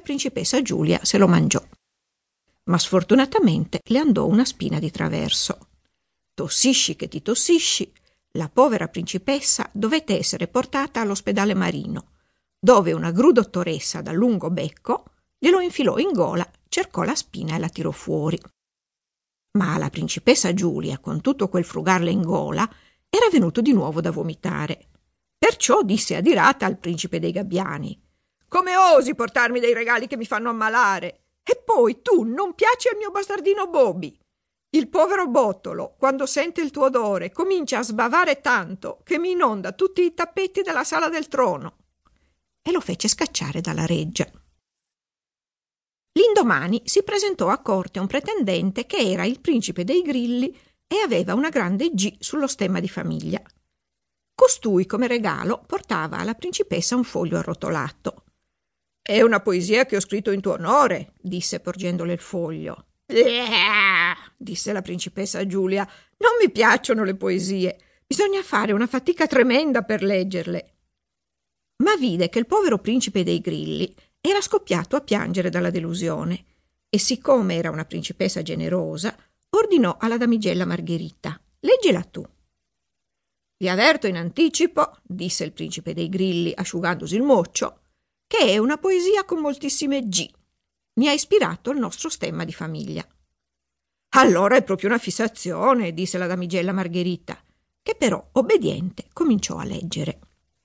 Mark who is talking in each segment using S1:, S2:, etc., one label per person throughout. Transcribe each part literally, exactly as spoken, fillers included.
S1: principessa Giulia se lo mangiò. Ma sfortunatamente le andò una spina di traverso. Tossisci che ti tossisci, la povera principessa dovette essere portata all'ospedale marino, dove una gru dottoressa dal lungo becco glielo infilò in gola, cercò la spina e la tirò fuori. Ma alla principessa Giulia, con tutto quel frugarle in gola, era venuto di nuovo da vomitare. Perciò disse adirata al principe dei gabbiani: «Come osi portarmi dei regali che mi fanno ammalare? E poi tu non piaci al mio bastardino Bobby. Il povero Bottolo, quando sente il tuo odore, comincia a sbavare tanto che mi inonda tutti i tappeti della sala del trono». E lo fece scacciare dalla reggia. L'indomani si presentò a corte un pretendente che era il principe dei grilli e aveva una grande G sullo stemma di famiglia. Costui, come regalo, portava alla principessa un foglio arrotolato. «È una poesia che ho scritto in tuo onore», disse porgendole il foglio. «Eah!» disse la principessa Giulia. «Non mi piacciono le poesie. Bisogna fare una fatica tremenda per leggerle». Ma vide che il povero principe dei grilli era scoppiato a piangere dalla delusione e, siccome era una principessa generosa, ordinò alla damigella Margherita: «Leggila tu». «Vi avverto in anticipo», disse il principe dei grilli asciugandosi il moccio, «che è una poesia con moltissime G. Mi ha ispirato il nostro stemma di famiglia». «Allora è proprio una fissazione», disse la damigella Margherita, che però, obbediente, cominciò a leggere.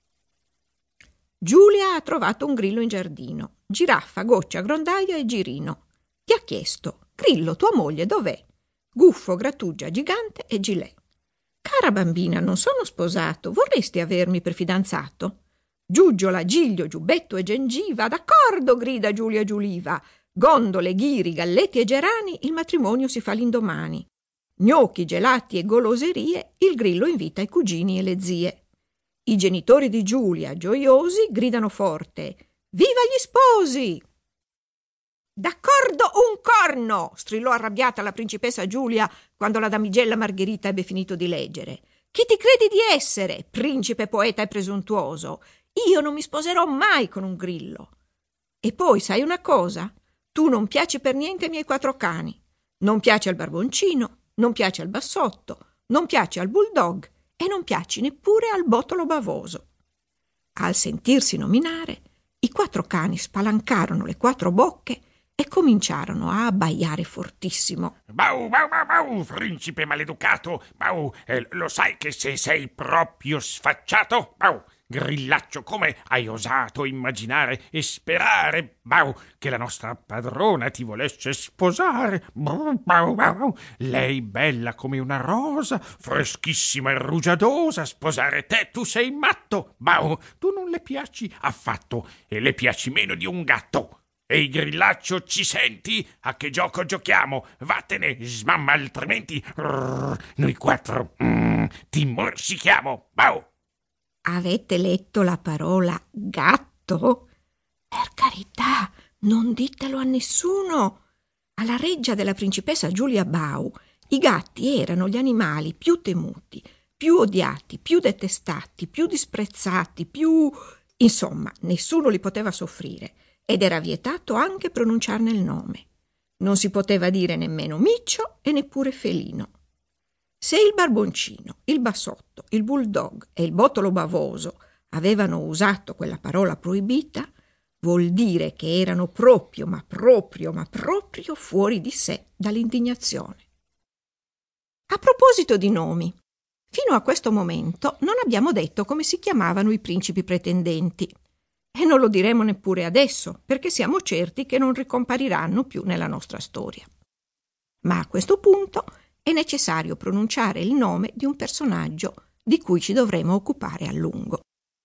S1: Giulia ha trovato un grillo in giardino, giraffa, goccia, grondaia e girino. Gli ha chiesto: «Grillo, tua moglie dov'è?» Guffo, grattugia, gigante e gilet. «Cara bambina, non sono sposato, vorresti avermi per fidanzato?» Giugiola, giglio, giubbetto e gengiva. «D'accordo», grida Giulia Giuliva. Gondole, ghiri, galletti e gerani, il matrimonio si fa l'indomani. Gnocchi, gelati e goloserie, il grillo invita i cugini e le zie. I genitori di Giulia, gioiosi, gridano forte: «Viva gli sposi!» «D'accordo un corno!» strillò arrabbiata la principessa Giulia quando la damigella Margherita ebbe finito di leggere. «Chi ti credi di essere, principe poeta e presuntuoso? Io non mi sposerò mai con un grillo. E poi sai una cosa? Tu non piaci per niente ai miei quattro cani. Non piaci al barboncino, non piaci al bassotto, non piaci al bulldog e non piaci neppure al bottolo bavoso». Al sentirsi nominare, i quattro cani spalancarono le quattro bocche e cominciarono a abbaiare fortissimo.
S2: «Bau, bau, bau, bau, principe maleducato! Bau, eh, lo sai che se sei proprio sfacciato? Bau, grillaccio, come hai osato immaginare e sperare, bau, che la nostra padrona ti volesse sposare? Bau, bau, bau, lei bella come una rosa, freschissima e rugiadosa, sposare te, tu sei matto! Bau, tu non le piaci affatto e le piaci meno di un gatto. Ehi, grillaccio, ci senti? A che gioco giochiamo? Vattene, smamma, altrimenti rrr, noi quattro mm, ti morsichiamo. Bau!»
S1: «Avete letto la parola gatto? Per carità, non ditelo a nessuno!» Alla reggia della principessa Giulia Bau i gatti erano gli animali più temuti, più odiati, più detestati, più disprezzati, più... insomma, nessuno li poteva soffrire. Ed era vietato anche pronunciarne il nome. Non si poteva dire nemmeno miccio e neppure felino. Se il barboncino, il bassotto, il bulldog e il bottolo bavoso avevano usato quella parola proibita, vuol dire che erano proprio, ma proprio, ma proprio fuori di sé dall'indignazione. A proposito di nomi, fino a questo momento non abbiamo detto come si chiamavano i principi pretendenti. E non lo diremo neppure adesso, perché siamo certi che non ricompariranno più nella nostra storia. Ma a questo punto è necessario pronunciare il nome di un personaggio di cui ci dovremo occupare a lungo.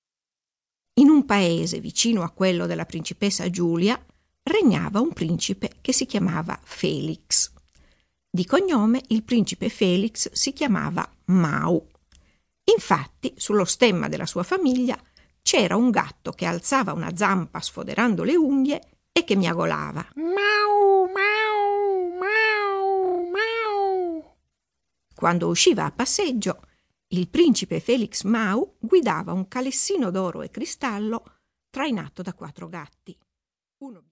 S1: In un paese vicino a quello della principessa Giulia regnava un principe che si chiamava Felix. Di cognome il principe Felix si chiamava Mau. Infatti, sullo stemma della sua famiglia c'era un gatto che alzava una zampa sfoderando le unghie e che miagolava: «Mau, mau, mau, mau». Quando usciva a passeggio, il principe Felix Mau guidava un calessino d'oro e cristallo trainato da quattro gatti. Uno